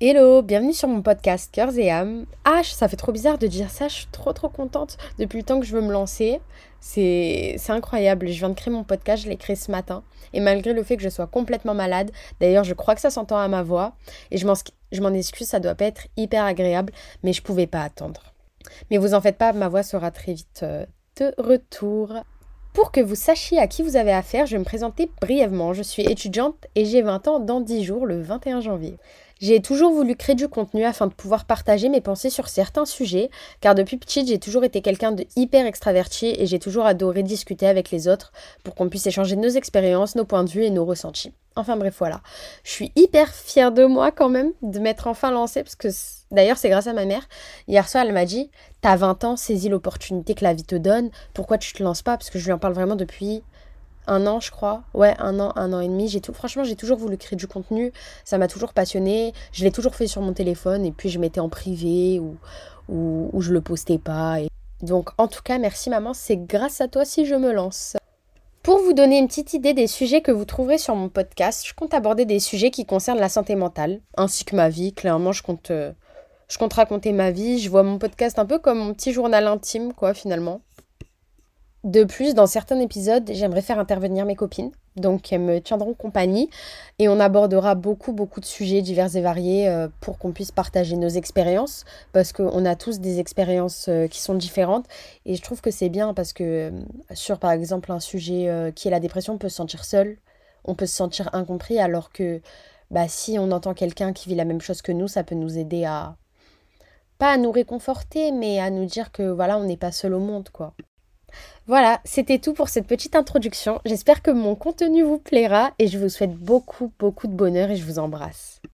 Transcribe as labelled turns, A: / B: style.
A: Hello, bienvenue sur mon podcast Cœurs et âmes. Ah, ça fait trop bizarre de dire ça, je suis trop contente depuis le temps que je veux me lancer. C'est incroyable, je viens de créer mon podcast, je l'ai créé ce matin. Et malgré le fait que je sois complètement malade, d'ailleurs je crois que ça s'entend à ma voix, et je m'en excuse, ça doit pas être hyper agréable, mais je pouvais pas attendre. Mais vous en faites pas, ma voix sera très vite de retour. Pour que vous sachiez à qui vous avez affaire, je vais me présenter brièvement. Je suis étudiante et j'ai 20 ans dans 10 jours, le 21 janvier. J'ai toujours voulu créer du contenu afin de pouvoir partager mes pensées sur certains sujets, car depuis petite, j'ai toujours été quelqu'un de hyper extraverti et j'ai toujours adoré discuter avec les autres pour qu'on puisse échanger nos expériences, nos points de vue et nos ressentis. Enfin bref, voilà. Je suis hyper fière de moi quand même, de m'être enfin lancée, parce que d'ailleurs, c'est grâce à ma mère. Hier soir, elle m'a dit, t'as 20 ans, saisis l'opportunité que la vie te donne, pourquoi tu te lances pas? Parce que je lui en parle vraiment depuis un an, je crois. Ouais, un an et demi. Franchement, j'ai toujours voulu créer du contenu. Ça m'a toujours passionnée. Je l'ai toujours fait sur mon téléphone et puis je mettais en privé ou je le postais pas. Donc, en tout cas, merci maman. C'est grâce à toi si je me lance. Pour vous donner une petite idée des sujets que vous trouverez sur mon podcast, je compte aborder des sujets qui concernent la santé mentale, ainsi que ma vie. Clairement, je compte raconter ma vie. Je vois mon podcast un peu comme mon petit journal intime, quoi, finalement. De plus, dans certains épisodes, j'aimerais faire intervenir mes copines, donc elles me tiendront compagnie et on abordera beaucoup de sujets divers et variés pour qu'on puisse partager nos expériences parce qu'on a tous des expériences qui sont différentes et je trouve que c'est bien parce que sur par exemple un sujet qui est la dépression, on peut se sentir seul, on peut se sentir incompris alors que si on entend quelqu'un qui vit la même chose que nous, ça peut nous aider à, pas à nous réconforter, mais à nous dire que voilà, on n'est pas seul au monde quoi. Voilà, c'était tout pour cette petite introduction. J'espère que mon contenu vous plaira et je vous souhaite beaucoup de bonheur et je vous embrasse.